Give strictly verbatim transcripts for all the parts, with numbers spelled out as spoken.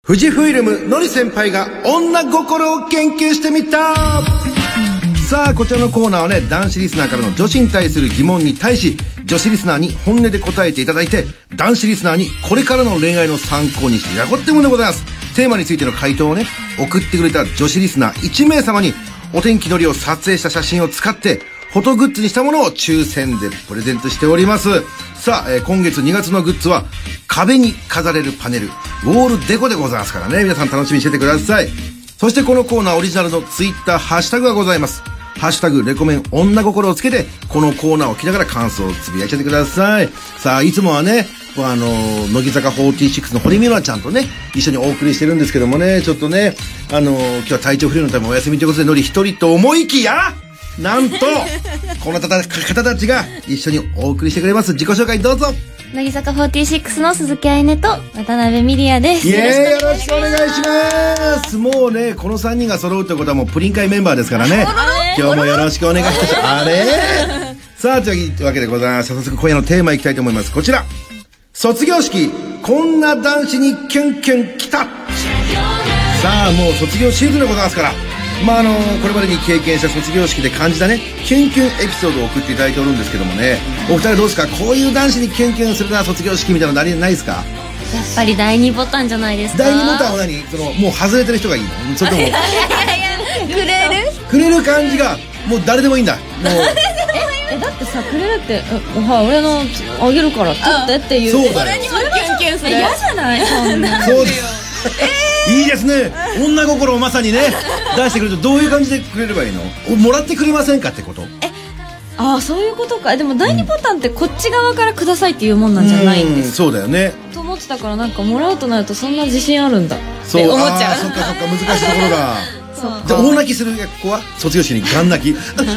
富士フイルムのり先輩が女心を研究してみた。さあこちらのコーナーはね、男子リスナーからの女子に対する疑問に対し、女子リスナーに本音で答えていただいて、男子リスナーにこれからの恋愛の参考にしていただこうってものでございます。テーマについての回答をね、送ってくれた女子リスナーいち名様にお天気のりを撮影した写真を使ってフォトグッズにしたものを抽選でプレゼントしております。さあ、えー、今月にがつのグッズは壁に飾れるパネル、ウォールデコでございますからね、皆さん楽しみにしててください。そしてこのコーナーオリジナルのツイッターハッシュタグがございます。ハッシュタグレコメン女心をつけてこのコーナーを聞きながら感想をつぶやいちゃってください。さあいつもはね、あのー、乃木坂フォーティーシックスの堀美央ちゃんとね一緒にお送りしてるんですけどもね、ちょっとねあのー、今日は体調不良のためお休みということでのり一人と思いきや、なんとこの方たちが一緒にお送りしてくれます。自己紹介どうぞ。 乃木坂フォーティーシックスの鈴木愛音と渡辺美里也です。 イエーイ、よろしくお願いします。もうねこのさんにんが揃うということはもうプリン会メンバーですからね、今日もよろしくお願いします。あれさあというわけでございます。早速今夜のテーマいきたいと思います。こちら、卒業式こんな男子にキュンキュン来た。さあもう卒業シーズンでございますから、まああのー、これまでに経験した卒業式で感じたねキュンキュンエピソードを送っていただいておるんですけどもね、お二人どうですか、こういう男子にキュンキュンするな卒業式みたいなのないですか。 やっぱりだいにボタンじゃないですか。 だいにボタンは何、そのもう外れてる人がいいの、それともいやいやいやくれるくれる感じがもう誰でもいいんだ。もうえだってさ、くれるっておはい俺のあげるから取ってっていう。 そうだよ。 俺にもキュンキュンする。嫌じゃないそんな。 そうです。いいですね、女心をまさにね出してくれるとどういう感じでくれればいいの。もらってくれませんかってこと。 えああそういうことか。でもだいにボタンってこっち側からくださいっていうもんなんじゃないんです。 そうだよねと思ってたから、なんかもらうとなるとそんな自信あるんだって思っちゃう。 そっかそっか、難しいところだ。 そうじゃあ大泣きする子は卒業式にガン泣き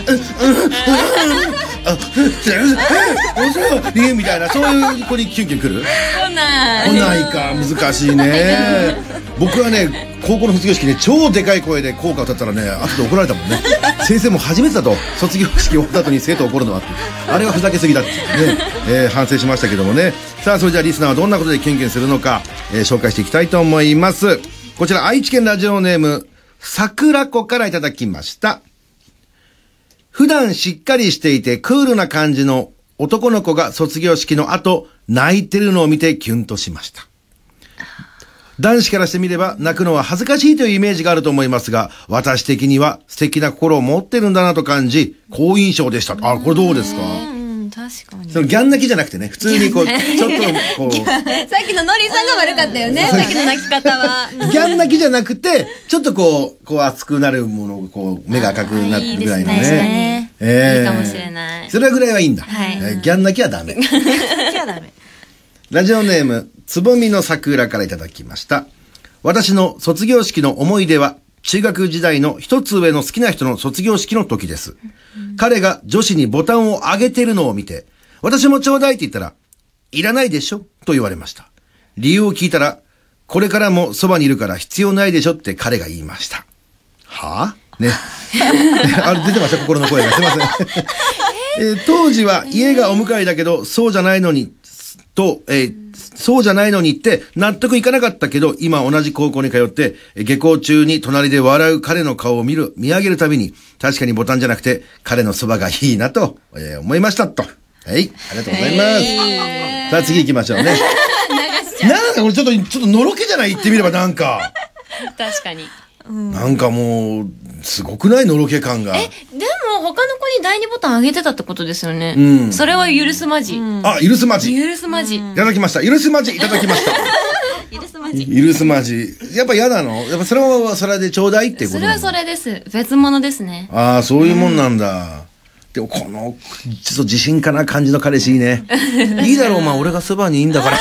みたいな、そういう子にキュンキュンくる。 来ない来ないか、難しいね。僕はね高校の卒業式で超でかい声で校歌を歌ったらね後で怒られたもんね。先生も初めてだと、卒業式終わった後に生徒怒るのはって、あれはふざけすぎだってね、えー、反省しましたけどもね。さあそれじゃあリスナーはどんなことでキュンキュンするのか、えー、紹介していきたいと思います。こちら愛知県ラジオネーム桜子からいただきました。普段しっかりしていてクールな感じの男の子が卒業式の後泣いてるのを見てキュンとしました。男子からしてみれば泣くのは恥ずかしいというイメージがあると思いますが、私的には素敵な心を持ってるんだなと感じ、好印象でした。あ、これどうですか。 確かに。 そのギャン泣きじゃなくてね、普通にこうちょっとこうさっきのノリさんが悪かったよね。さっきの泣き方はギャン泣きじゃなくて、ちょっとこうこう熱くなるもの、こう目が赤くなるぐらいのね。 いいですね。いいかもしれない。 それぐらいはいいんだ。 はい、 えー、ギャン泣きはダメ。ギャン泣きはダメ。 ラジオネームつぼみの桜からいただきました。私の卒業式の思い出は中学時代の一つ上の好きな人の卒業式の時です。うん、彼が女子にボタンを上げてるのを見て、私もちょうだいって言ったら、いらないでしょと言われました。理由を聞いたら、これからもそばにいるから必要ないでしょって彼が言いました。はぁ、ね。あれ出てました、心の声が。すいません。えー、当時は家がお向かいだけど、そうじゃないのに、と、えー、そうじゃないのにって納得いかなかったけど、今同じ高校に通って、下校中に隣で笑う彼の顔を見る、見上げるたびに、確かにボタンじゃなくて、彼のそばがいいなと、えー、思いましたと。はい、ありがとうございます。えー、さあ次行きましょうね。なんかこれちょっと、ちょっとのろけじゃない、言ってみればなんか。 確かに。 うん、なんかもう、すごくないのろけ感が。 え、でも他の子にだいにボタン上げてたってことですよね。 うん。 それは許すまじ。うん、 あ、許すまじ。 許すまじ。いただきました。許すまじいただきました。 許すまじ。 許すまじ。やっぱ嫌なの？やっぱそれはそれでちょうだいってこと？ それはそれです。別物ですね。 ああ、そういうもんなんだ。うん、でもこの、ちょっと自信家な感じの彼氏いいね。いいだろう、まあ俺がそばにいいんだから。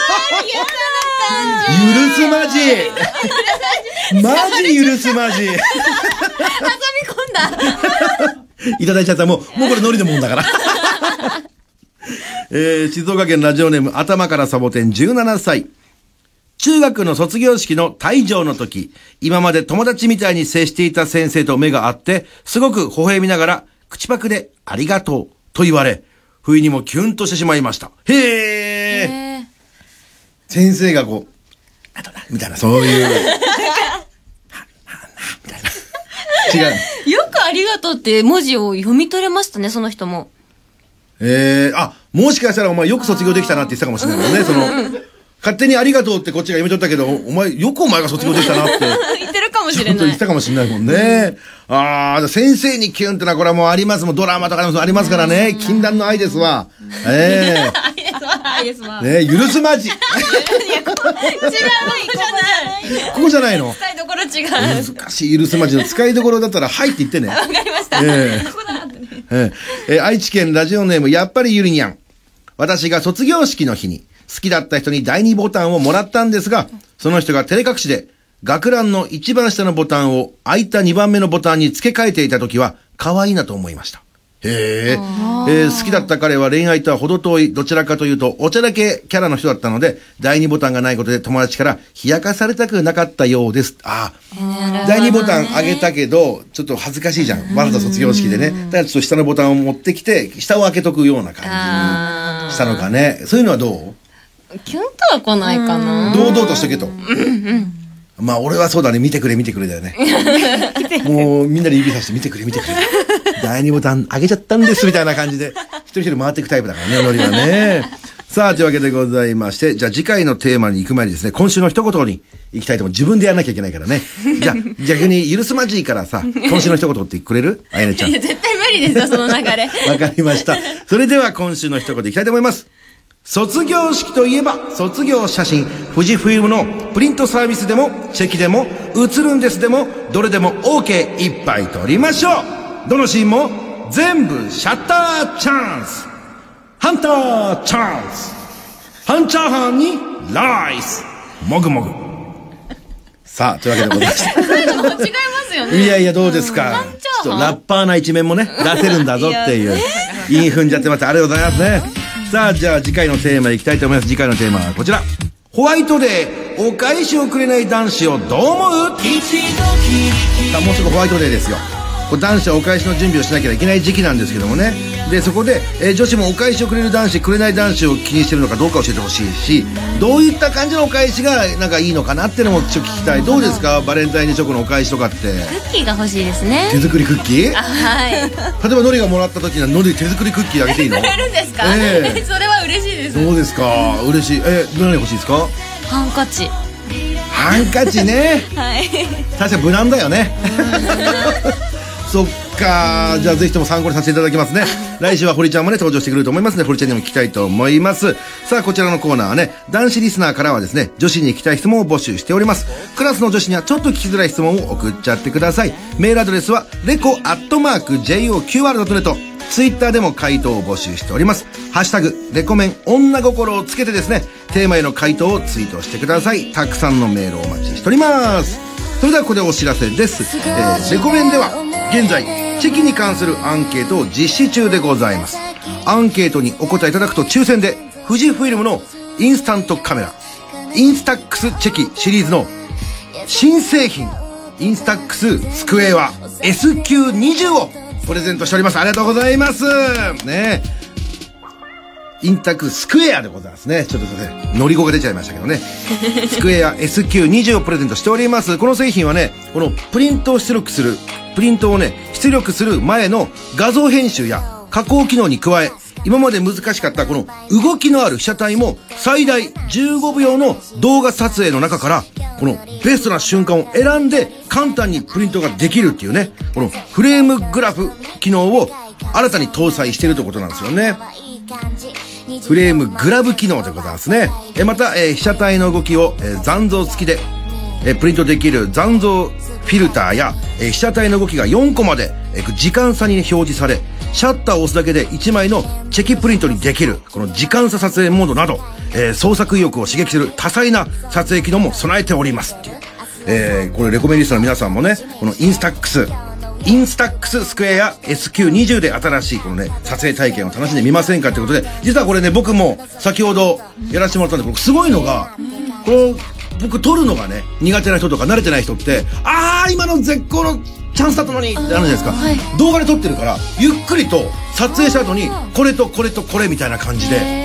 許すまじマジ許すまじ挟み込んだいただいちゃった。もう、もうこれノリのもんだから。えー、静岡県ラジオネーム頭からサボテンじゅうななさい。中学の卒業式の退場の時、今まで友達みたいに接していた先生と目が合って、すごく微笑みながら、口パクでありがとうと言われ、不意にもキュンとしてしまいました。へー。へー。先生がこう、 あとな、みたいな、そういう。違う。 よくありがとうって文字を読み取れましたね、その人も。 ええー、あ、もしかしたらお前よく卒業できたなって言ってたかもしれないもんね、その、勝手にありがとうってこっちが読み取ったけど、お前、よくお前が卒業できたなって。 言ってるかもしれない。 ちょっと言ってたかもしれないもんね。うん、ああ、先生にキュンってのはこれはもうあります。もうドラマとかでもありますからね。禁断の愛ですわ。ええー。愛ですわ、愛ですわ。ね、許すまじ。違う、ここじゃない。ここじゃないの。使いどころ違う。難しい許すまじの使いどころだったら、はいって言ってね。わかりました。ええー。ここだってね。えー、えー、愛知県ラジオネーム、やっぱりゆりにゃん。私が卒業式の日に、好きだった人にだいにボタンをもらったんですが、その人が照れ隠しで、学ランの一番下のボタンを空いたにばんめのボタンに付け替えていた時は、可愛いなと思いました。へー。えー、好きだった彼は恋愛とは程遠い、どちらかというと、おちゃらけキャラの人だったので、だいにボタンがないことで友達から冷やかされたくなかったようです。ああ。だいにボタンあげたけど、ちょっと恥ずかしいじゃん。わざと卒業式でね。だからちょっと下のボタンを持ってきて、下を開けとくような感じにしたのかね。そういうのはどう？ キュンとは来ないかな。 堂々としとけと。まあ俺はそうだね、見てくれ見てくれだよね。もうみんなで指さして見てくれ見てくれ。だいにボタン上げちゃったんですみたいな感じで、一人一人回っていくタイプだからね、ノリはね。さあ、というわけでございまして、じゃあ次回のテーマに行く前にですね、今週の一言に行きたいと思う。自分でやらなきゃいけないからね。じゃあ逆に許すまじいからさ、今週の一言ってくれる？あやねちゃん。 いや、絶対無理ですよ、その流れ。 わかりました。それでは今週の一言いきたいと思います。卒業式といえば卒業写真、富士フイルムのプリントサービスでもチェキでも写るんですでもどれでも OK いっぱい撮りましょう。どのシーンも全部シャッターチャンス、ハンターチャンス、ハンチャーハンにライスもぐもぐ。さあというわけでございました。 そういうのも違いますよね。 いやいやどうですか、うん、ちょっとラッパーな一面もね出せるんだぞっていういい踏んじゃってました。ありがとうございますね。さあ、じゃあ次回のテーマいきたいと思います。次回のテーマはこちら。ホワイトデー、お返しをくれない男子をどう思う？さあ、もうすぐホワイトデーですよ。これ男子はお返しの準備をしなきゃいけない時期なんですけどもね。で、そこで、えー、女子もお返しをくれる男子、くれない男子を気にしてるのかどうか教えてほしいし、どういった感じのお返しがなんかいいのかなってのもちょっと聞きたい。どうですか？バレンタインチョコのお返しとかって。クッキーが欲しいですね。 手作りクッキー？ はい。例えばノリがもらった時にはノリ手作りクッキーあげていいの？ くれるんですか？えー、それは嬉しいです。 そうですか。嬉しい。えー、何欲しいですか？ ハンカチ。 ハンカチね。 はい。 確かに無難だよね。そっか。じゃあぜひとも参考にさせていただきますね。来週は堀ちゃんもね登場してくると思いますので、堀ちゃんにも聞きたいと思います。さあこちらのコーナーはね、男子リスナーからはですね、女子に聞きたい質問を募集しております。クラスの女子にはちょっと聞きづらい質問を送っちゃってください。メールアドレスはレコアットマーク ジェイオーキューアールドットネット。ツイッターでも回答を募集しております。ハッシュタグレコメン女心をつけてですね、テーマへの回答をツイートしてください。たくさんのメールをお待ちしております。それではここでお知らせです。えー、レコメンでは現在チェキに関するアンケートを実施中でございます。アンケートにお答えいただくと抽選で富士フイルムのインスタントカメラインスタックスチェキシリーズの新製品インスタックススクエア エスキューにじゅう をプレゼントしております。ありがとうございますね。インタックスクエアでございますね。ちょっとね、乗り子が出ちゃいましたけどね。スクエア エスキューにじゅう をプレゼントしております。この製品はね、このプリントを出力する、プリントをね、出力する前の画像編集や加工機能に加え、今まで難しかったこの動きのある被写体も最大じゅうごびょうの動画撮影の中からこのベストな瞬間を選んで簡単にプリントができるっていうね、このフレームグラフ機能を新たに搭載しているということなんですよね。フレームグラブ機能でございますね。えまた、えー、被写体の動きを、えー、残像付きで、えー、プリントできる残像フィルターや、えー、被写体の動きがよんこまで、えー、時間差に表示され、シャッターを押すだけでいちまいのチェキプリントにできるこの時間差撮影モードなど、えー、創作意欲を刺激する多彩な撮影機能も備えておりますっていう、えー、これレコメンリストの皆さんもね、このインスタックスインスタックススクエア エスキューにじゅう で新しいこのね撮影体験を楽しんでみませんかということで、実はこれね僕も先ほどやらせてもらったんで、これすごいのがこの僕撮るのがね苦手な人とか慣れてない人って、あー今の絶好のチャンスだったのにってあるじゃないですか、はい、動画で撮ってるからゆっくりと撮影した後にこれとこれとこれみたいな感じで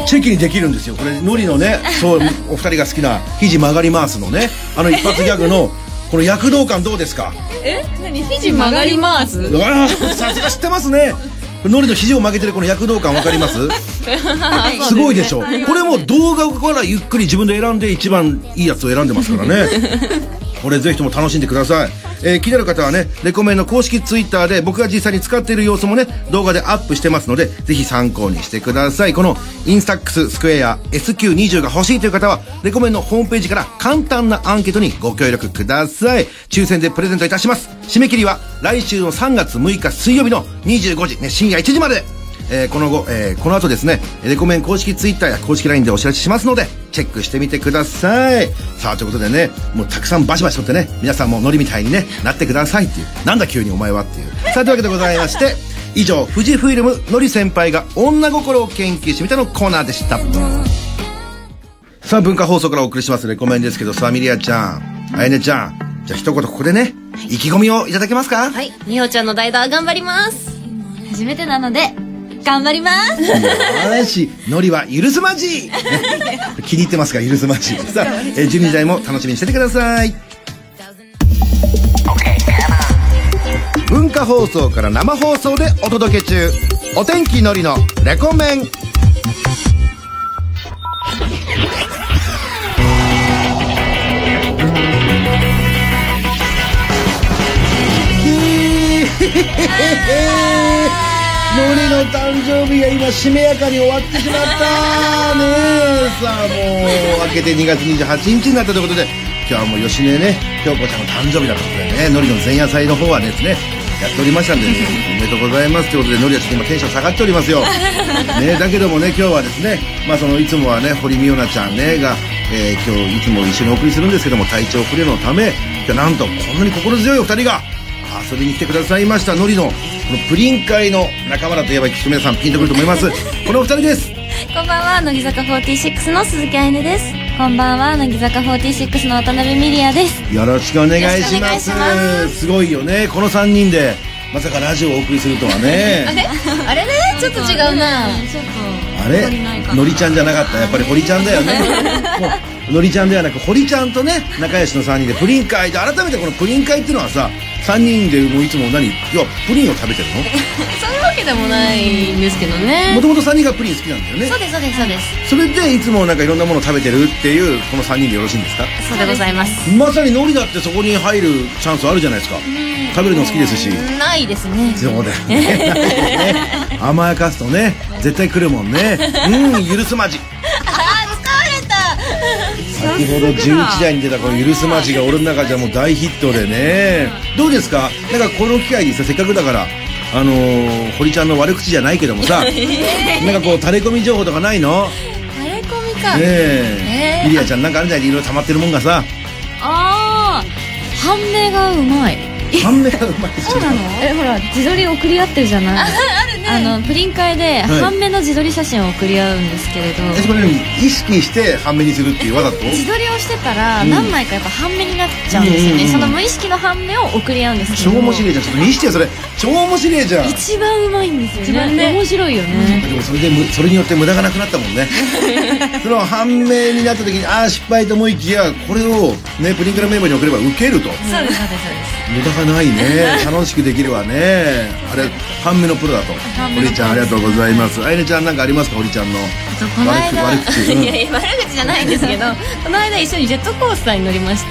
チェキにできるんですよ。これノリのね、そうお二人が好きな肘曲がり回すのね、あの一発ギャグのこの躍動感どうですか？ え、何肘曲がり回す？ うわー、さすが知ってますね。ノリの肘を曲げてるこの躍動感わかります？すごいでしょ。これも動画からゆっくり自分で選んで一番いいやつを選んでますからね。これぜひとも楽しんでください。えー、気になる方はね、レコメンの公式ツイッターで僕が実際に使っている様子もね、動画でアップしてますので、ぜひ参考にしてください。このインスタックススクエア エスキューにじゅう が欲しいという方は、レコメンのホームページから簡単なアンケートにご協力ください。抽選でプレゼントいたします。締め切りは来週のさんがつむいか水曜日のにじゅうごじ、ね、深夜いちじまで。えー、この後、えー、この後ですね、レコメン公式ツイッターや公式 ライン でお知らせしますので、チェックしてみてください。さあ、ということでね、もうたくさんバシバシ撮ってね、皆さんもノリみたいにね、なってくださいっていう、なんだ急にお前はっていう。さあ、というわけでございまして、以上、富士フイルムノリ先輩が女心を研究してみたのコーナーでした。さあ、文化放送からお送りしますレコメンですけど、さあ、ミリアちゃん、あやねちゃん、じゃあ一言ここでね、意気込みをいただけますか？ はい、みほちゃんの代打頑張ります。初めてなので頑張ります。 よし、ノリは許すまじ、ね、気に入ってますか、許すまじ。さあ、えー、じゅうにじ台も楽しみにしててください。文化放送から生放送でお届け中、お天気ノリのレコメン。ノリの誕生日が今しめやかに終わってしまったねえ。さあ、もう明けてにがつにじゅうはちにちになったということで、今日はもう吉根ね、京子ちゃんの誕生日だということでね、ノリの前夜祭の方はですね、やっておりましたんで、ね、おめでとうございますということで、ノリはちょっと今テンション下がっておりますよ。ね、だけどもね、今日はですね、まあそのいつもはね、堀美央奈ちゃんねが、えー、今日いつも一緒にお送りするんですけども、体調不良のため、今日なんとこんなに心強いお二人が遊びに来てくださいました。ノリのこのプリン会の仲間だといえばきっと皆さんピンとくると思います。このお二人です。 こんばんは、乃木坂フォーティーシックスの鈴木愛音です。こんばんは、乃木坂フォーティーシックスの渡辺美里也です。 よろしくお願いします。すごいよね、このさんにんでまさかラジオをお送りするとはね。 あれあれね、ちょっと違うな。ちょっとあれ、のりちゃんじゃなかった、やっぱり堀ちゃんだよね。もうのりちゃんではなく堀ちゃんとね、仲良しのさんにんでプリン会で、改めてこのプリン会っていうのはさ、さんにんでもういつも何、いやプリンを食べてるの？ そういうわけでもないんですけどね。 もともとさんにんがプリン好きなんだよね。 そうですそうですそうです。 それでいつもなんかいろんなものを食べてるっていうこのさんにんでよろしいんですか？ そうでございます。 まさにノリだってそこに入るチャンスあるじゃないですか。食べるの好きですし。 ないですね。 そうだよね。甘やかすとね、絶対来るもんね。うん、許すまじ。先ほどじゅういちだいに出たこの許すまじが俺の中じゃもう大ヒットでね。どうですか、なんかこの機会にさ、せっかくだからあのー、堀ちゃんの悪口じゃないけどもさ、なんかこうタレコミ情報とかないの？ タレコミか。 ねえ、ミリアちゃんなんかあるんじゃない？いろいろ溜まってるもんがさ。 ああ、判明がうまい。 判明がうまい。 そうなの？え、ほら自撮り送り合ってるじゃない。あるね。あのプリン会で半目の自撮り写真を送り合うんですけれど、 え、それに意識して半目にするっていうわざと自撮りをしてたら何枚かやっぱ半目になっちゃうんですよね。その無意識の半目を送り合うんですけど、 超面白いじゃん。ちょっと見してよそれ。超面白いじゃん。 一番うまいんですよね。面白いよね。 でもそれでむそれによって無駄がなくなったもんね。その半目になった時にああ失敗と思いきや、これをねプリンクラメンバーに送ればウケると。 そうですそうですそうです。 無駄がないね。楽しくできるわね。あれ半目のプロだと。堀ちゃんありがとうございます。あやねちゃんなんかありますか？堀ちゃんのこの間悪口。 いやいや悪口じゃないんですけど、この間一緒にジェットコースターに乗りまして、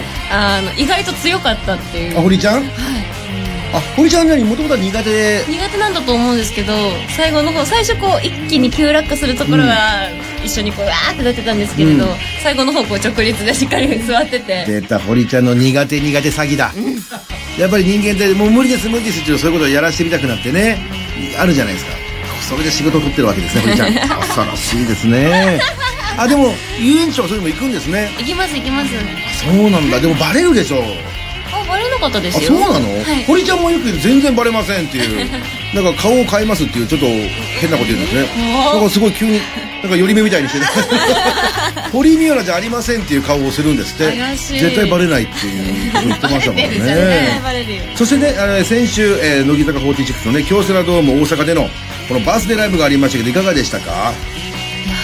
あの意外と強かったっていう。 あ、堀ちゃん？はい。あ、堀ちゃん何もともとは苦手で。 苦手なんだと思うんですけど、最後の方、最初こう一気に急落するところは一緒にこうわーって出てたんですけれど、最後の方こう直立でしっかり座ってて。 出た、堀ちゃんの苦手苦手詐欺だ。やっぱり人間ってもう無理です無理ですっていうそういうことをやらしてみたくなってね、あるじゃないですか。それで仕事を取ってるわけですね、堀ちゃん。恐ろしいですね。あ、でも遊園地はそれも行くんですね。 行きます行きます。 そうなんだ。でもバレるでしょ。 あ、バレなかったですよ。 あ、そうなの？はい、堀ちゃんもよく言う全然バレませんっていうなんか顔を変えますっていうちょっと変なこと言うんですね。なんかすごい急になんか寄り目みたいにしてね堀美央奈じゃありませんっていう顔をするんですって。絶対バレないっていうこと言ってましたからね。バレるよ。そしてね、先週、えー、乃木坂フォーティーシックスのね京セラドーム大阪でのこのバースデーライブがありましたけどいかがでしたか？ やは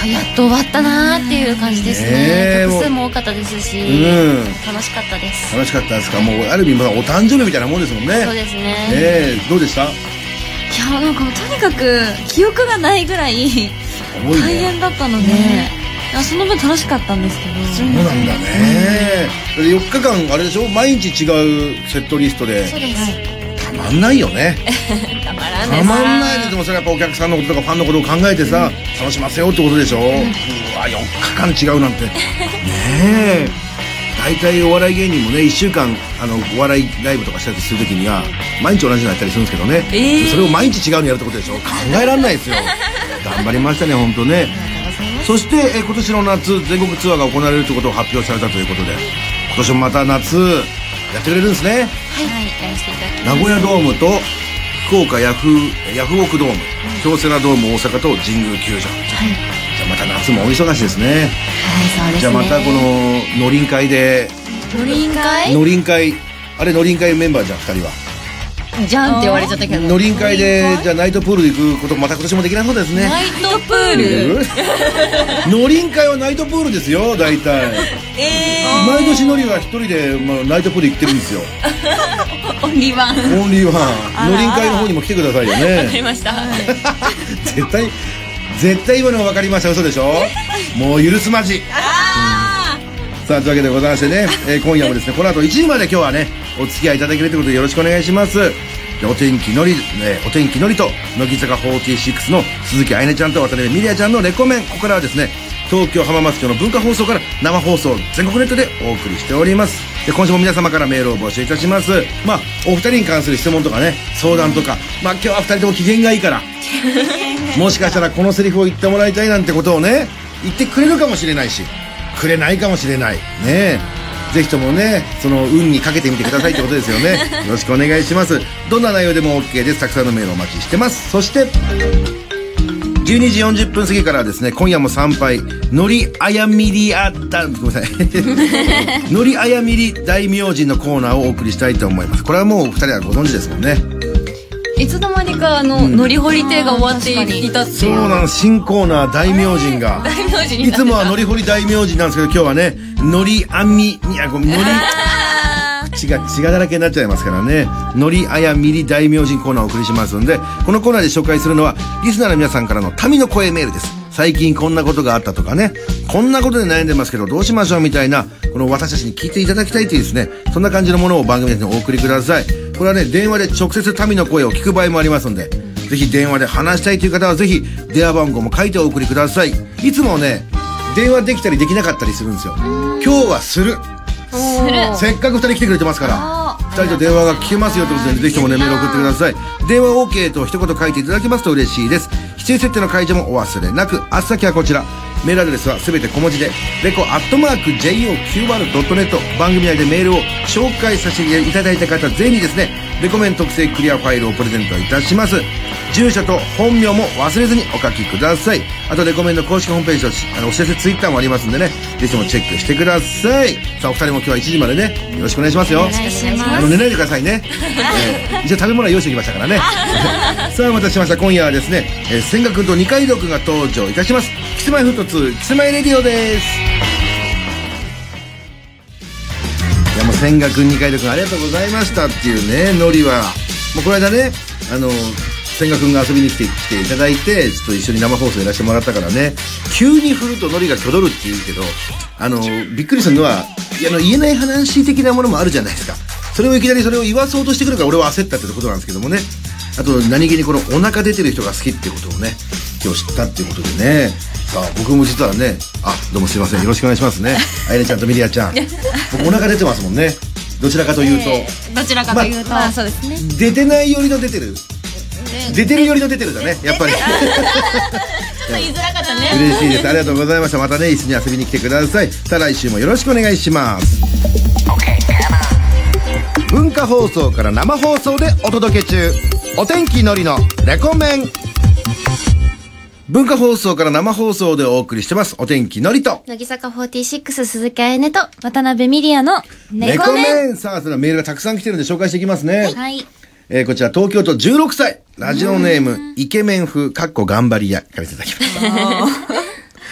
やっと終わったなーっていう感じですね。曲数も多かったですし、うん、楽しかったです。 楽しかったですか。もうある意味お誕生日みたいなもんですもんね。 そうですね。 えー、どうでした？いやなんかとにかく記憶がないぐらい大変だったので、ね、いやその分楽しかったんですけど。 そうなんだね、うん、よっかかんあれでしょ、毎日違うセットリストで。 そうです。 たまんないよね。 たまらない。 たまんないで。でもそれやっぱお客さんのこととかファンのことを考えてさ、うん、楽しませようってことでしょ、うん、うわよっかかん違うなんてねえ。大体お笑い芸人もねいっしゅうかんあのお笑いライブとかしたりするときには毎日同じのやったりするんですけどね、えー、それを毎日違うのやるってことでしょ。考えられないですよ。頑張りましたね本当ね。そしてえ今年の夏全国ツアーが行われるということを発表されたということで、今年もまた夏やってくれるんですね。はい、やらせていただきます。名古屋ドームと福岡ヤフヤフオクドーム、京セラドーム大阪と神宮球場、はい、じゃあまた夏もお忙しいですね。はい、そうですね。じゃあまたこの乗りん会で乗りん会乗りん会あれ乗りん会メンバーじゃんふたりはじゃんって言われちゃったけど、 乗りん会でじゃあナイトプールで行くことまた今年もできなそうですね。 ナイトプール乗りん会はナイトプールですよ大体。えー、毎年乗りは一人で、まあ、ナイトプール行ってるんですよ。 オンリーワンオンリーワン乗りん会の方にも来てくださいよね。 わかりました。 絶対絶対今の分かりました。嘘でしょ。もう許すまじ。あ、うん、さあというわけでございましてね、えー、今夜もですねこの後いちじまで今日はねお付き合いいただけるということでよろしくお願いします。でお天気のり、えー、お天気のりと乃木坂フォーティーシックスの鈴木愛音ちゃんと渡辺美里愛ちゃんのレコメン、ここからはですね東京浜松町の文化放送から生放送全国ネットでお送りしております。で今週も皆様からメールを募集いたします。まあお二人に関する質問とかね相談とか、まあ今日は二人とも機嫌がいいからもしかしたらこのセリフを言ってもらいたいなんてことをね言ってくれるかもしれないしくれないかもしれないね。ぜひともねその運にかけてみてくださいってことですよね。よろしくお願いします。どんな内容でも OK です。たくさんのメールお待ちしてます。そしてじゅうにじよんじゅっぷん過ぎからはですね今夜も参拝のりあやみりあったごめんなさいのりあやみり大明神のコーナーをお送りしたいと思います。これはもうふたりはご存知ですもんね。 いつの間にかあの、うん、のりほり亭が終わっていたっていう。 そうなの、新コーナー大明神が大明神いつもはのりほり大明神なんですけど今日はねのりあみいやごめんのり血が血がだらけになっちゃいますからね。のりあやみり大明神コーナーをお送りしますんで、このコーナーで紹介するのはリスナーの皆さんからの民の声メールです。最近こんなことがあったとかね、こんなことで悩んでますけどどうしましょうみたいな、この私たちに聞いていただきたいというですねそんな感じのものを番組にお送りください。これはね電話で直接民の声を聞く場合もありますので、ぜひ電話で話したいという方はぜひ電話番号も書いてお送りください。いつもね電話できたりできなかったりするんですよ。今日はするせっかくふたり来てくれてますからふたりと電話が聞けますよということで、ぜひともねメール送ってください。電話 OK と一言書いていただけますと嬉しいです。出演設定の解除もお忘れなく。あっ先はこちら、メールアドレスはすべて小文字でレコアットマーク ジェイオーキューアールドットネット。 番組内でメールを紹介させていただいた方全員にですねレコメン特製クリアファイルをプレゼントいたします。住所と本名も忘れずにお書きください。あとレコメンの公式ホームページとあのお知らせツイッターもありますんでね、ぜひともチェックしてください。さあお二人も今日はいちじまでねよろしくお願いしますよ。お願いします。あの寝ないでくださいね、えー、一応食べ物は用意してきましたからねさあお待たせしました。今夜はですね、えー、千賀くんと二階堂くんが登場いたします。キスマイフットツーキスマイレディオです。いやもう千賀くん二階堂くんありがとうございましたっていうねノリはもうこの間ねあの千賀くんが遊びに来て来ていただいてちょっと一緒に生放送やらせてもらったからね、急に振るとノリが挙取るって言うけどあのびっくりするのはいやあの言えない話的なものもあるじゃないですか。それをいきなりそれを言わそうとしてくるから俺は焦ったってことなんですけどもね。あと何気にこのお腹出てる人が好きっていうことをね今日知ったっていうことでね。さあ僕も実はねあどうもすいませんよろしくお願いしますねあやねちゃんとみりあちゃん僕お腹出てますもんね。どちらかというと、えー、 どちらかというと、まあ、そうですね出てないよりの出てる出てるよりの出てるだねやっぱりちょっと言いづらかったね。 嬉しいです。ありがとうございました。またね一緒に遊びに来てください。さあ来週もよろしくお願いします。文化放送から生放送でお届け中、お天気のりのレコメン。文化放送から生放送でお送りしてますお天気のりと乃木坂フォーティーシックス鈴木あやねと渡辺美里愛のレコメン。さあそれはメールがたくさん来てるんで紹介していきますね。はい、えー、こちら東京都じゅうろくさいラジオネームイケメン風かっこ頑張り屋からいただきました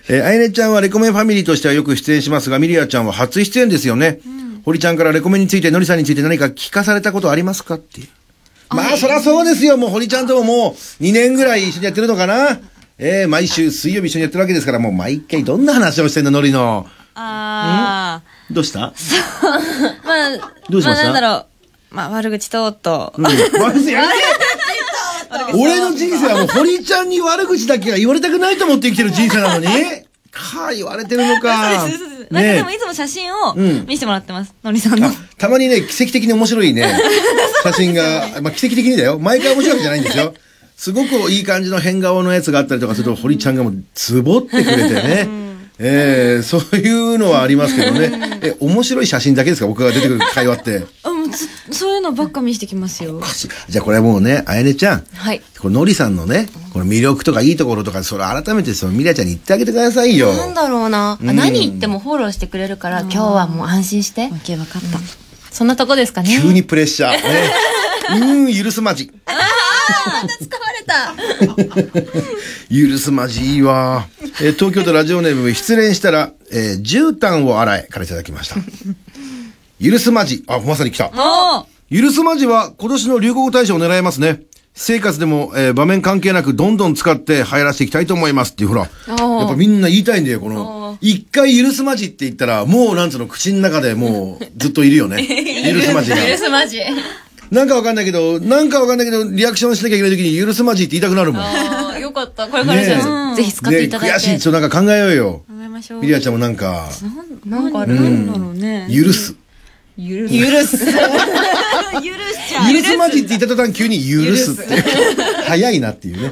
えー、あやねちゃんはレコメンファミリーとしてはよく出演しますが、ミリアちゃんは初出演ですよね。うん、堀ちゃんからレコメンについて、のりさんについて何か聞かされたことありますかっていう。まあ、そりゃそうですよ。もう堀ちゃんとももうにねんぐらい一緒にやってるのかな。えー、毎週水曜日一緒にやってるわけですから、もう毎回どんな話をしてんの、のりの。 ああ。 どうしたまあ、 どうしましたまあ、なんだろう。まあ、悪口と、と。うん、悪口やめて俺の人生はもう堀ちゃんに悪口だけは言われたくないと思って生きてる人生なのにか言われてるのか。 そうですそうです。なんかでもいつも写真を見せてもらってます。のりさんの。 たまにね、奇跡的に面白いね、写真が、まあ奇跡的にだよ。毎回面白いわけじゃないんですよ。すごくいい感じの変顔のやつがあったりとかすると、堀ちゃんがもうつぼってくれてね。えー、そういうのはありますけどね。え、面白い写真だけですか僕が出てくる会話って。 あ、もうそういうのばっか見してきますよ。 じゃあこれはもうね、あやねちゃん。 はい。 こののりさんのね、この魅力とかいいところとか、それ改めてそのミリアちゃんに言ってあげてくださいよ。 なんだろうな。うん、何言ってもフォローしてくれるから、今日はもう安心して。オッケー、わかった。そんなとこですかね。 急にプレッシャー。ね、うーん、許すまじ。 ああ、また使われた。 許すまじいいわ。えー、東京都ラジオネーム失恋したら、えー、絨毯を洗えからいただきました。許すまじ。あ、まさに来た。許すまじは今年の流行語大賞を狙えますね。生活でも、えー、場面関係なくどんどん使って流行らせていきたいと思いますっていう、ほら。やっぱみんな言いたいんだよ、この。一回許すまじって言ったら、もうなんつうの、口の中でもうずっといるよね。許すまじが。 許すまじ。 なんかわかんないけど、なんかわかんないけど、リアクションしなきゃいけないときに許すまじって言いたくなるもん。 ああ、よかった。これからじゃあ、ぜひ使っていただいて。 悔しい。ちょっとなんか考えようよ。 考えましょう。 ミリアちゃんもなんか。 なんかあるんだろうね。 許す。 許す。許す。許しちゃう。 許すまじって言った途端急に許すって。早いなっていうね。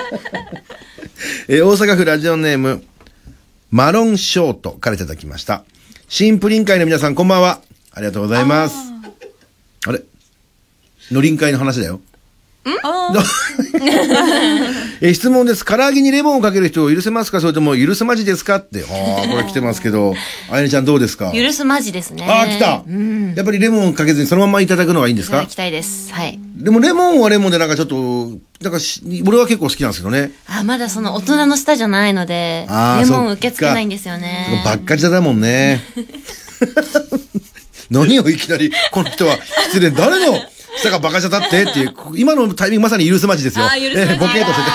え、大阪府ラジオネーム、マロンショートからいただきました。新プリン会の皆さんこんばんは。ありがとうございます。あれのりん会の話だよ。んえ質問です。唐揚げにレモンをかける人を許せますかそれとも許すまじですかって。ああ、これ来てますけど、あやねちゃんどうですか許すまじですね。 ああ、来た、うん、やっぱりレモンかけずにそのままいただくのがいいんですかいただきたいです。はい。 でもレモンはレモンでなんかちょっと、なんか俺は結構好きなんですけどね。 あ、まだその大人の舌じゃないので、レモン受け付けないんですよね。 ばっかりだもんね。何をいきなり、この人は失礼、誰の舌がバカじゃだってっていう、今のタイミングまさに許すまじですよ。 あ、許すまじ。えー、 ボケーとして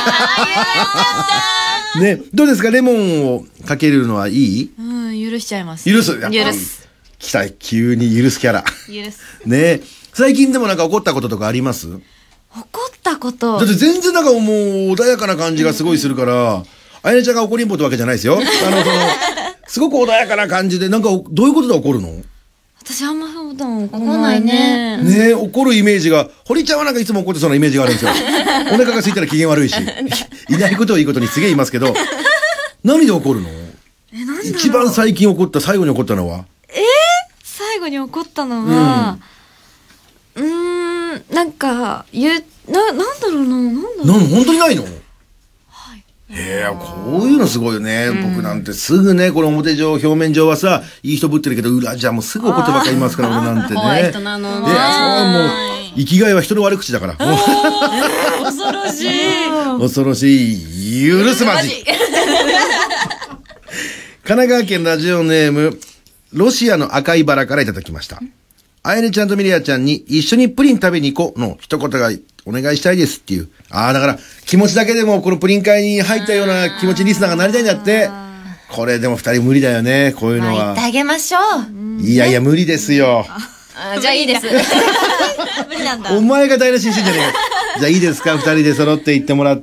て。ね、どうですかレモンをかけるのはいいうん、許しちゃいます。 許す。 許す。 来た、急に許すキャラ。 許す。 ね最近でもなんか怒ったこととかあります怒ったことだって全然なんかもう穏やかな感じがすごいするから、あやねちゃんが怒りんぼってわけじゃないですよ。あの、その、すごく穏やかな感じで、なんかどういうことで怒るの私あんま普段怒らないね。 ねえ、怒るイメージが、堀ちゃんはなんかいつも怒ってそうなイメージがあるんですよ。お腹が空いたら機嫌悪いし。いないことをいいことにすげえ言いますけど、何で怒るのえ、なんだろう一番最近怒った、最後に怒ったのはえー、最後に怒ったのは、うーん、んなんか、言う、な、なんだろうな、なんだろうな。 なん、本当にないのへえ、こういうのすごいよね、うん。僕なんてすぐね、この表上、表面上はさ、いい人ぶってるけど、裏じゃもうすぐ怒ってばっかりいますから、俺なんてね。 怖い人なのね。 いや、そうもう、生きがいは人の悪口だから。 恐ろしい。 恐ろしい。許すまじ。神奈川県ラジオネーム、ロシアの赤いバラからいただきました。あやねちゃんとミリアちゃんに一緒にプリン食べに行こうの一言がお願いしたいですっていう。ああ、だから気持ちだけでもこのプリン会に入ったような気持ちリスナーがなりたいんだって。これでも二人無理だよね、こういうのは。 言ってあげましょう。いやいや、無理ですよ。 あじゃあいいです。無理なんだ。 お前が台無しにしてんじゃねえ。じゃあいいですか、二人で揃って行ってもらって。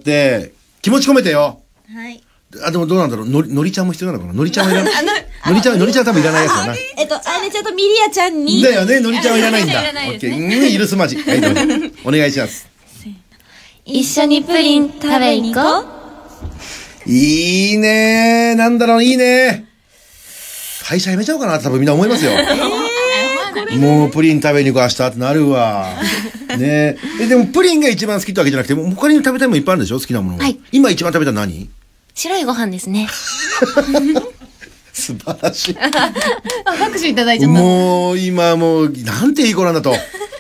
気持ち込めてよ。 はい。 あ、でもどうなんだろう。のり、のりちゃんも必要なのかなのりちゃんはいらない。のりちゃん、のりちゃんは多分いらないやつだな。 えっと、あやねちゃんとミリアちゃんに。 だよね、のりちゃんはいらないんだ。 いらないですね。 オッケー。許すまじ。はい、どうぞ。お願いします。 一緒にプリン食べに行こう。いいねー。なんだろう、いいねー。会社辞めちゃおうかなって多分みんな思いますよ。えー、もうプリン食べに行こう明日ってなるわ。ねえ。でもプリンが一番好きってわけじゃなくて、他に食べたいもんいっぱいあるんでしょ好きなもの。 はい。 今一番食べたの何白いご飯ですね。 素晴らしい。 拍手いただいちゃった。 もう今もう、なんていい子なんだと。拍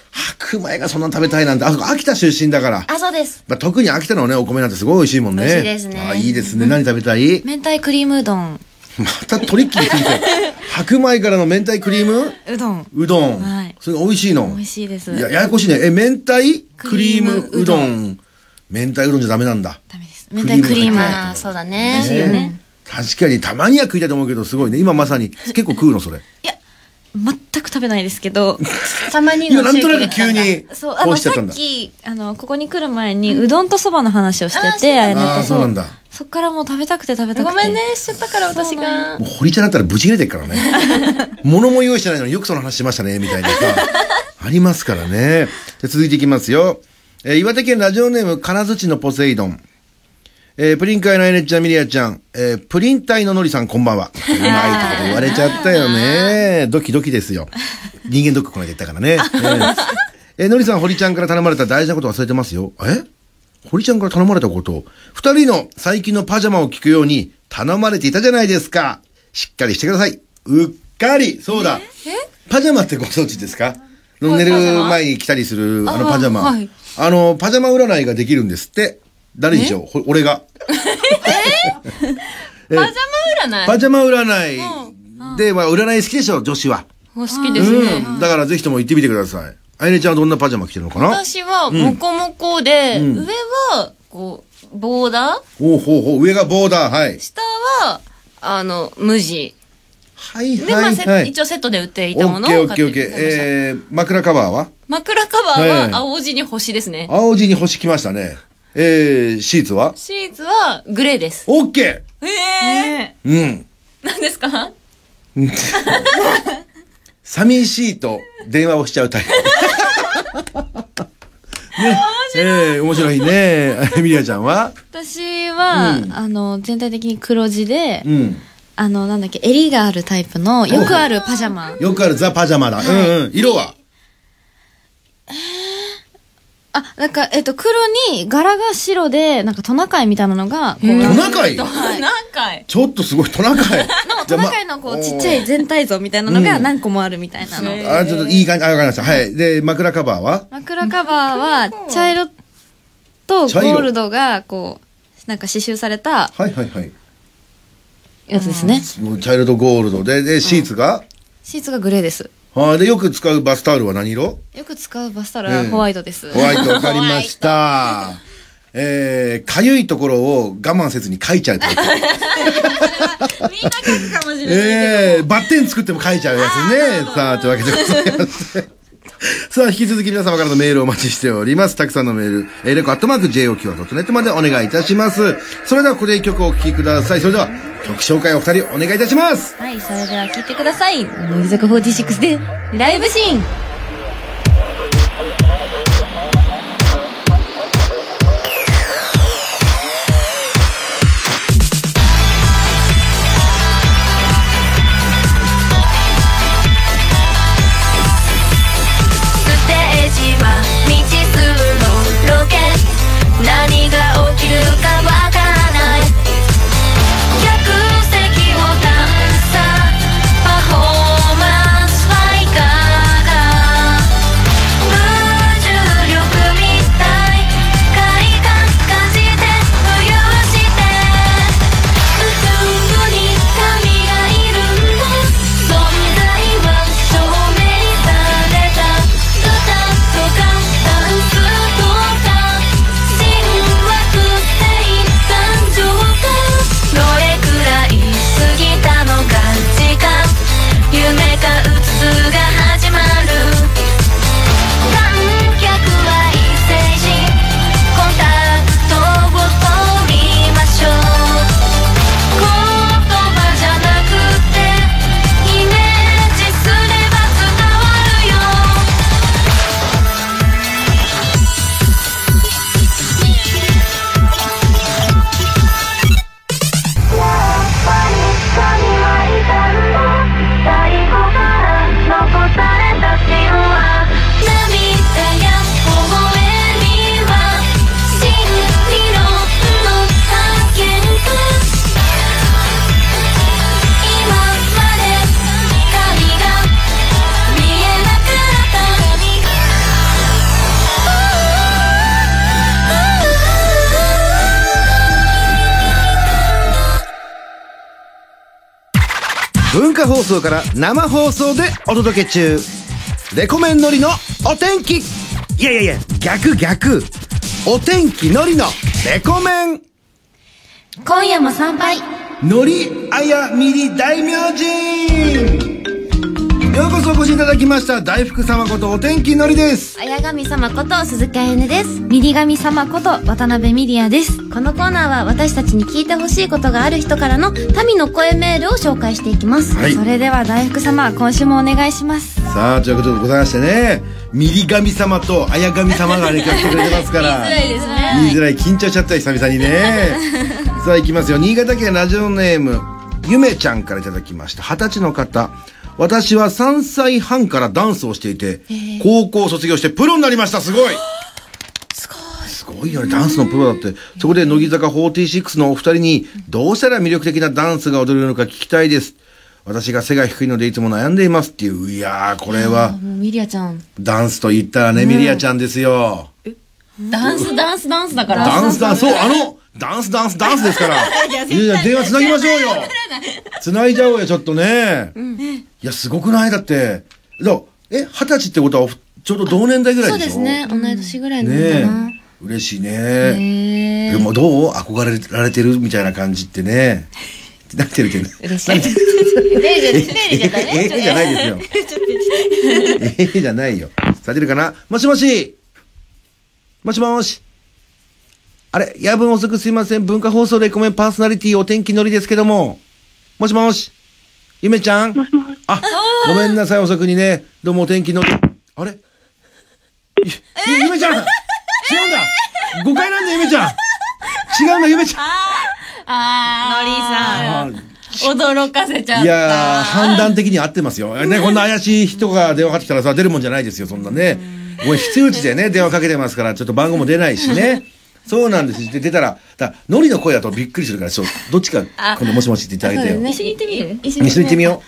白米がそんな食べたいなんて、あそこ秋田出身だから。 あ、そうです。 まあ、特に秋田のね、お米なんてすごい美味しいもんね。 美味しいですね。 あ、いいですね。何食べたい？ 明太クリームうどん。 またトリッキーに聞いて。白米からの明太クリームうどん。 うどん。 はい。 それ美味しいの？ 美味しいです。 いや、ややこしいね。え、明太クリームうどん。明太うどんじゃダメなんだ。 ダメです。明太クリーム。 ああ、そうだね。美味しいよね。 確かにたまには食いたいと思うけど、すごいね。今まさに結構食うのそれ。 いや、全く食べないですけど、たまに今なんとなく急にそう、あの、さっき、あの、ここに来る前に、うどんとそばの話をしてて、あやねとそうなんだ。 そっからもう食べたくて食べたくて。ごめんね、しちゃったから私が。 もう堀ちゃんだったらブチ切れてるからね。物も用意してないのによくその話しましたね、みたいなさ。ありますからね。じゃ続いていきますよ。えー、岩手県ラジオネーム、金槌のポセイドン。えー、プリン界のエネちゃん、ミリアちゃん、えー、プリン体ののりさん、こんばんは。うまいとこ言われちゃったよね。ドキドキですよ。人間ドックこの間言ったからね。えー、えー、のりさん、堀ちゃんから頼まれた大事なこと忘れてますよ。え堀ちゃんから頼まれたこと、二人の最近のパジャマを聞くように頼まれていたじゃないですか。しっかりしてください。うっかり。そうだ。パジャマってご存知ですか？寝る前に着たりするあのパジャマ。あ,、はい、あの、パジャマ占いができるんですって。誰にしよう？俺が。 えパジャマ占いパジャマ占いで、まあ、占い好きでしょ、女子は。 好きですね。 うん。だからぜひとも行ってみてください。あやねちゃんはどんなパジャマ着てるのかな？ 私は、もこもこで、うん、上は、こう、ボーダー？ おうほうほう、上がボーダー、はい。 下は、あの、無地。 はいはい、 はい。で、まあ、 はい、 一応セットで売っていたものを買ってきました。オッケーオッケーオッケー。えー、枕カバーは？ 枕カバーは、青地に星ですね。 青地に星来ましたね。えー、シーツは？ シーツは、グレーです。 オッケーえー、うん。 何ですか？ 寂しいと電話をしちゃうタイプ。ね、えー、面白いね。ミリアちゃんは？ 私は、うん、あの、全体的に黒地で、 うん、 あの、なんだっけ、襟があるタイプの、よくあるパジャマ。 よくあるザ・パジャマだ。はい、うんうん。色は？ えー、あ、なんか、えっと、黒に柄が白で、なんかトナカイみたいなのが、 トナカイ？ トナカイ。 ちょっとすごい、トナカイ。 の、トナカイのこう、ちっちゃい全体像みたいなのが何個もあるみたいなの。 あ、ちょっといい感じ、あ、わかりました。はい。で、枕カバーは？ 枕カバーは、茶色とゴールドが、こう、なんか刺繍された、 はいはいはい。 やつですね。 茶色とゴールドで、で、シーツが？ シーツがグレーです。 はい。で、よく使うバスタオルは何色？ よく使うバスタオルはホワイトです。 ホワイト、わかりました。えー、かゆいところを我慢せずに書いちゃうタイプ。 みんな書くかもしれないけど。 えー、バッテン作っても書いちゃうやつね。さあ、というわけでございまして。さあ、引き続き皆様からのメールをお待ちしております。たくさんのメール、えー、レコアットマーク ジェイオーキューアールドットネット までお願いいたします。それではここで曲をお聴きください。それでは、曲紹介をお二人お願いいたします。 はい、それでは聴いてください。乃木坂フォーティーシックスで、ライブシーン。 何が起きるかわからない客席をダンサーパフォーマンスはいかが放送から生放送でお届け中。レコメンのりのお天気。いやいやいや、逆逆。お天気のりのレコメン。 今夜も参拝。 のりあやみり大明神。ようこそお越しいただきました。大福様ことお天気のりです。 綾神様こと鈴木あやねです。 ミリ神様こと渡辺ミリアです。 このコーナーは私たちに聞いてほしいことがある人からの民の声メールを紹介していきます。 はい。 それでは大福様、今週もお願いします。 さあ、ということでございましてね、ミリ神様と綾神様がね、今日来てくれてますから。 言いづらいですね。 言いづらい、緊張しちゃった久々にね。さあ、行きますよ。新潟県ラジオネーム、ゆめちゃんからいただきました。はたちの方。私はさんさいはんからダンスをしていて、高校を卒業してプロになりました。すごい。 すごい。 すごいよね。ダンスのプロだって。そこで乃木坂フォーティーシックスのお二人に、どうしたら魅力的なダンスが踊れるのか聞きたいです。私が背が低いのでいつも悩んでいますっていう。いやー、これは。 もうミリアちゃん。 ダンスと言ったらね、ミリアちゃんですよ。 ダンス、ダンス、ダンスだから。 ダンスダンス、そう、あの、ダンスダンスダンスですから。いやいや、電話つなぎましょうよ。つないじゃおうよ、ちょっとね。いや、すごくないだって。だえ、二十歳ってことは、ちょうど同年代ぐらいでしょ。 そうですね。同い年ぐらいのねかな。 え。嬉しいね。でもどう憧れられてるみたいな感じってね。なってるけど。 嬉しい。レイジャレイジャだね。 ええじゃないですよ。ええじゃないよ。されるかな。もしもし。もしもし。あれ、夜分遅くすいません。文化放送レコメンパーソナリティお天気のりですけども。もしもし。ゆめちゃん。 もしもし。 あ、ごめんなさい、遅くにね。どうもお天気のり。あれゆ、ゆめちゃん違うんだ誤解なんだ、ゆめちゃん違うんだ、ゆめちゃんあー、のりさん。驚かせちゃった。 いやー、判断的に合ってますよ。ね、こんな怪しい人が電話かかってきたらさ、出るもんじゃないですよ、そんなね。もう必打ちでね、電話かけてますから、ちょっと番号も出ないしね。そうなんです。で、出たら、だのりの声だとびっくりするから、ちょっと、どっちか、今度もしもしって言ってあげてよ。 一緒に行ってみる一緒に行ってみよ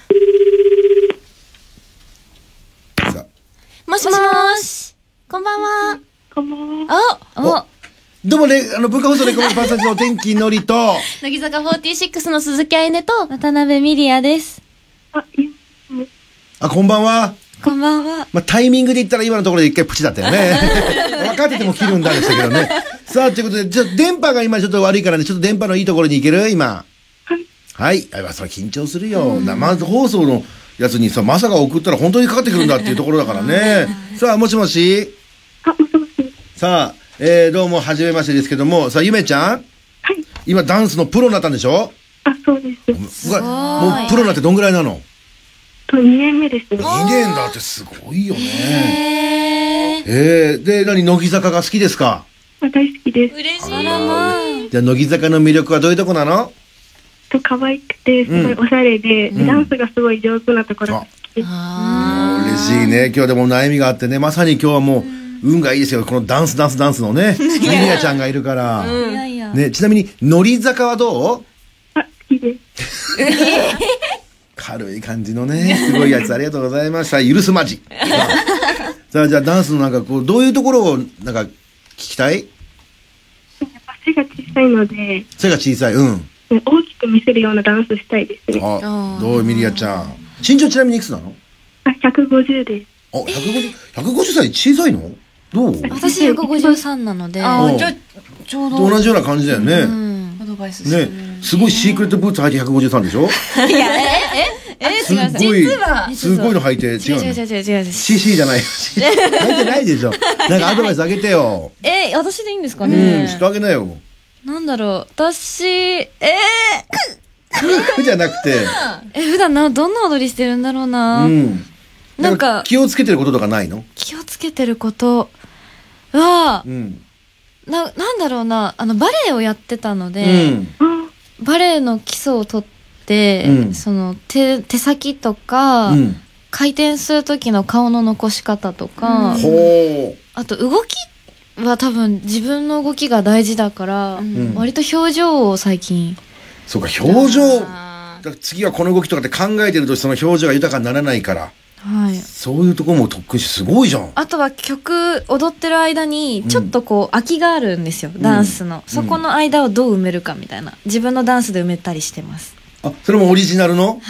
う。さもしもーし。こんばんは。 こんばんは。 おおどうもね、あの、文化放送レコメンパーソナリティのお天気のりと、 乃木坂フォーティーシックスの鈴木あやねと、 渡辺ミリアです。 あ、いえ、 あ、こんばんは。 こんばんは。 まあ、タイミングで言ったら今のところで一回プチだったよね。分かってても切るんだでしたけどね。さあ、ということで、ちょっと電波が今ちょっと悪いからね、ちょっと電波のいいところに行ける今。 はい。 はい。あ、それ緊張するよ。生放送のやつにさ、まさか送ったら本当にかかってくるんだっていうところだからね。さあ、もしもし。 あ、もしもし。 さあ、えー、どうも、はじめましてですけども、さあ、ゆめちゃんはい。 今、ダンスのプロになったんでしょ？ あ、そうです。 うわもう、プロになってどんぐらいなの？ と、にねんめですね。 にねんだってすごいよね。えー、で、何、乃木坂が好きですか？ あ、大好きです。 嬉しい。 あらまあ。じゃあ、乃木坂の魅力はどういうとこなの？ と、可愛くて、すごいおしゃれで、 うんダンスがすごい上手なところが好きです。 あ嬉しいね。今日でも悩みがあってね、まさに今日はもう、運がいいですよ。このダンスダンスダンスのね、ミリアちゃんがいるから。 いやいや。 ね、ちなみに、乃木坂はどう？ あ、好きです。 軽い感じのね、すごいやつありがとうございました。許すまじ。さあ、じゃあダンスのなんかこう、どういうところをなんか聞きたい？ やっぱ背が小さいので、 背が小さい。うん。 大きく見せるようなダンスしたいですね。 あ、どうミリアちゃん。身長ちなみにいくつなの？ あ、ひゃくごじゅうです。 あ、ひゃくごじゅう、ひゃくごじゅっさい小さいの？どう？ 私ひゃくごじゅうさんなので。 あー、じゃあ、ちょうど。 同じような感じだよね。 うん。 アドバイスしてる。 ね。すごいシークレットブーツ履いてひゃくごじゅうさんでしょ？ いや、えええすごい、 実はすごいの履いて違うの？ 違う違う違う違う。 シーシー じゃないよ。履いてないでしょ。なんかアドバイスあげてよ。 え、私でいいんですかうん、 ね？ してあげなよ。 なんだろう。私、えじゃなくて。 ー、え、普段な、どんな踊りしてるんだろうな。 うん。 なんか気をつけてることとかないの？ 気をつけてることはう、ん。 な、なんだろうな、あの、バレエをやってたのうで、 ん。 あ、 バレエの基礎を取って、 うんその、手、手先とか、 うん。 回転する時の顔の残し方とか、 ほあと動きは多分自分の動きが大事だから、 ん割と表情を最近、 う。そうか、表情。だあから次はこの動きとかって考えてるとその表情が豊かにならないから。 はい。 そういうところも特訓しすごいじゃん。 あとは曲踊ってる間にちょっとこう空きがあるんですよ、ダンスの、そこの間をどう埋めるかみたいな、自分のダンスで埋めたりしてます。 あ、それもオリジナルの、なんか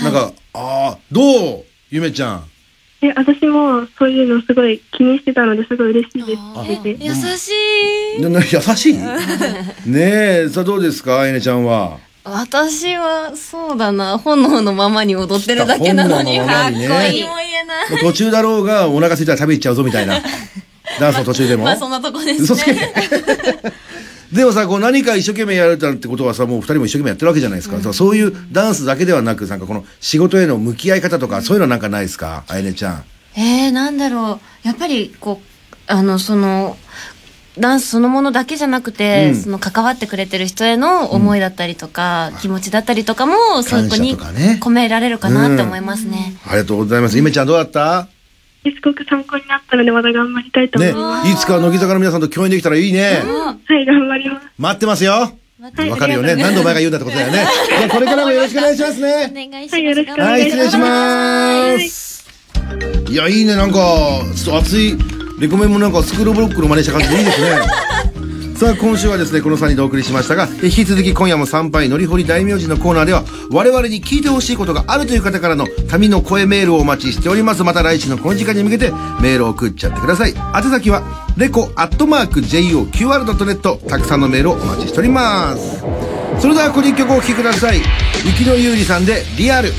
ああ、どうゆめちゃん。 え、私もそういうのすごい気にしてたのですごい嬉しいです。聞いて優しい。 なな優しいねえ、さあどうですか、あいねちゃんは。 私は、そうだな、炎のままに踊ってるだけなのに、 炎のままにねかっこいい。も言えない。 もう途中だろうが、お腹空いたら食べ行っちゃうぞみたいな。ダンスの途中でも。 まあそんなとこですね。 嘘つけ。でもさ、こう何か一生懸命やるってことはさ、もう二人も一生懸命やってるわけじゃないですか。うん、そういうダンスだけではなく、なんかこの仕事への向き合い方とか、うん、そういうのなんかないですか、あいねちゃん。 えー、なんだろう。やっぱり、こう、あの、その、ダンスそのものだけじゃなくて、うん、その関わってくれてる人への思いだったりとか、うん、気持ちだったりとかも、そこに込められるかなって思いますね。 うん、ありがとうございます。ゆめちゃんどうだった？ すごく参考になったので、また頑張りたいと思います。 ね、いつか乃木坂の皆さんと共演できたらいいね。 はい、頑張ります。 待ってますよ。わかるよね。何度お前が言うんだってことだよね。じゃあこれからもよろしくお願いしますね。 お願いします。 はい、よろしくお願はい、 いします。 失礼します。いや、いいね。なんか、熱いレコメンもなんかスクールブロックの真似した感じでいいですね。さあ今週はですねこのさんにんでお送りしましたが、引き続き今夜も参拝のりほり大名人のコーナーでは我々に聞いてほしいことがあるという方からの民の声メールをお待ちしております。また来週のこの時間に向けてメールを送っちゃってください。宛先はレコアットマーク ジェイオーキューアールドットネット。たくさんのメールをお待ちしております。それではこの一曲お聴きください。雪乃優里さんでリアル。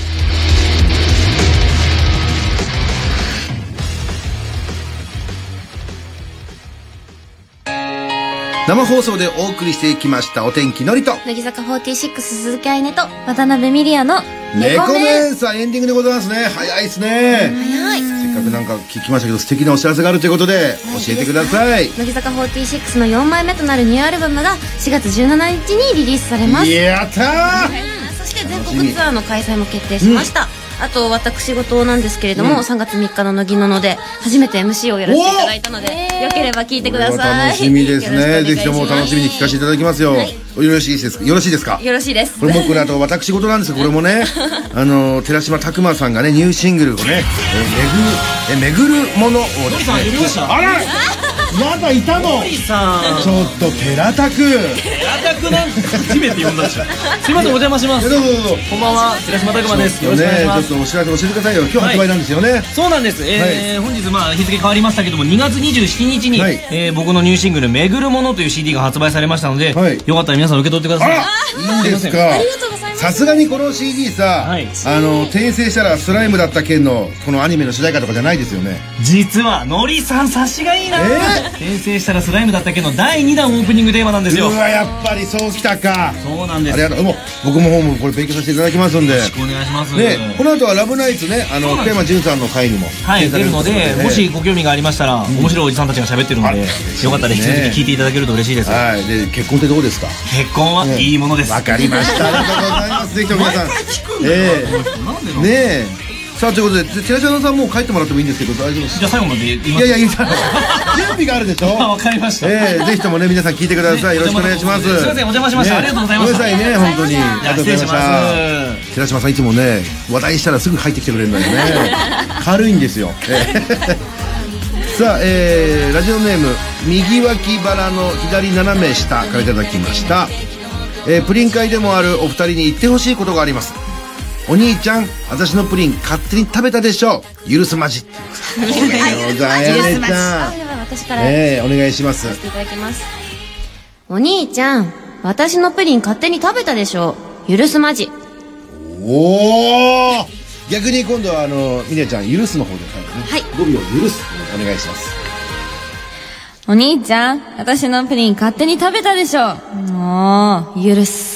生放送でお送りしていきましたお天気のりと乃木坂フォーティーシックス鈴木愛音と渡辺美里愛のレコメン。さあエンディングでございますね。早いですね。 早い。 せっかくなんか聞きましたけど素敵なお知らせがあるということで教えてください。 乃木坂フォーティーシックスのよんまいめとなるニューアルバムがしがつじゅうしちにちにリリースされます。 やったー、 うん、そして全国ツアーの開催も決定しました、うん。あと私事なんですけれども、うん、さんがつみっかの乃木のので初めて エムシー をやらせていただいたので、よければ聞いてください。 楽しみですね。ぜひとも楽しみに聞かせていただきますよ。はい、よろしいですか？よろしいですか？ よろしいです。 これもこれあと私事なんですけど、これもねあの寺島拓磨さんがねニューシングルをねえめぐるえめぐるものをですね、あらまだいたの。ちょっと寺拓寺拓なんて初めて呼んだでしょ。すいません、お邪魔します。 どうぞどうぞ。 こんばんは、寺島拓磨です。よろしくお願いします。 ちょっとお知らせ教えてくださいよ。今日発売なんですよね。 そうなんです。え本日まあ日付変わりましたけども、にがつにじゅうしちにちにえ僕のニューシングル「めぐるもの」という シーディー が発売されましたので、よかったら皆さん受け取ってください。 いいんですか。さすがにこの シーディー さ、あの転生したらスライムだった件のこのアニメの主題歌とかじゃないですよね。 実はのりさん察しがいいな。転生したらスライムだった件のだいにだんオープニングテーマなんですよ。 うわ、やっぱりそうきたか。 そうなんです。 ありがとう。もう僕も本もこれ勉強させていただきますんで、よろしくお願いします。 ね、この後はラブナイツね、あの福山潤さんの回にもはい出るので、もしご興味がありましたら面白いおじさんたちが喋ってるので、よかったら引き続き聞いていただけると嬉しいです。 はい。で結婚ってどうですか？ 結婚はいいものです。 わかりました。ありがとうございます。ぜひとも皆さん、ええねえ。さあということで寺島さんもう帰ってもらってもいいんですけど大丈夫ですか？ じゃあ最後まで言います。 いやいやいや準備があるでしょ。 わかりました。 ええぜひともね皆さん聞いてください。よろしくお願いします。 すみません、お邪魔しました。ありがとうございました。 ごめんなさいね本当に。ありがとうございました。寺島さんいつもね話題したらすぐ入ってきてくれるんだよね。軽いんですよ。さあ、えー、ラジオネーム右脇腹の左斜め下からいただきました。えー、プリン会でもあるお二人に言ってほしいことがあります。お兄ちゃん、私のプリン勝手に食べたでしょう。許すまじ。おめでとうございます。 私からえー、お願いします。 させていただきます。お兄ちゃん、私のプリン勝手に食べたでしょう。許すまじ。 おお。逆に今度はあのミネちゃん許すの方で、 はい。 語尾を許すお願いします。 お兄ちゃん、私のプリン勝手に食べたでしょ。もう許す。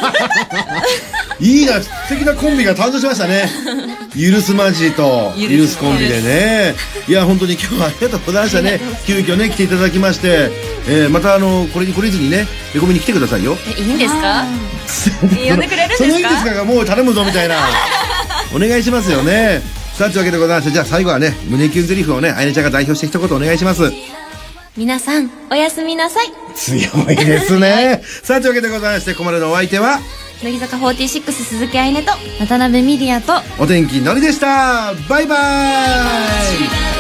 いいな、素敵なコンビが誕生しましたね。許すまじと許すコンビでね。いや本当に今日はありがとうございましたね。急遽ね来ていただきまして、えー、またあのこれに懲りずにねレコメに来てくださいよ。 え、いいんですか？呼んでくれるんですか？ そのいいんですかがもう頼むぞみたいなお願いしますよね。さあというわけでございまして、じゃあ最後はね胸キュンゼリフをねあやねちゃんが代表して一言お願いします。 皆さんおやすみなさい。 強いですね。さあというわけでございまして、ここまでのお相手は乃木坂フォーティーシックス鈴木愛音と渡辺美里愛とお天気のりでした。バイバーイ。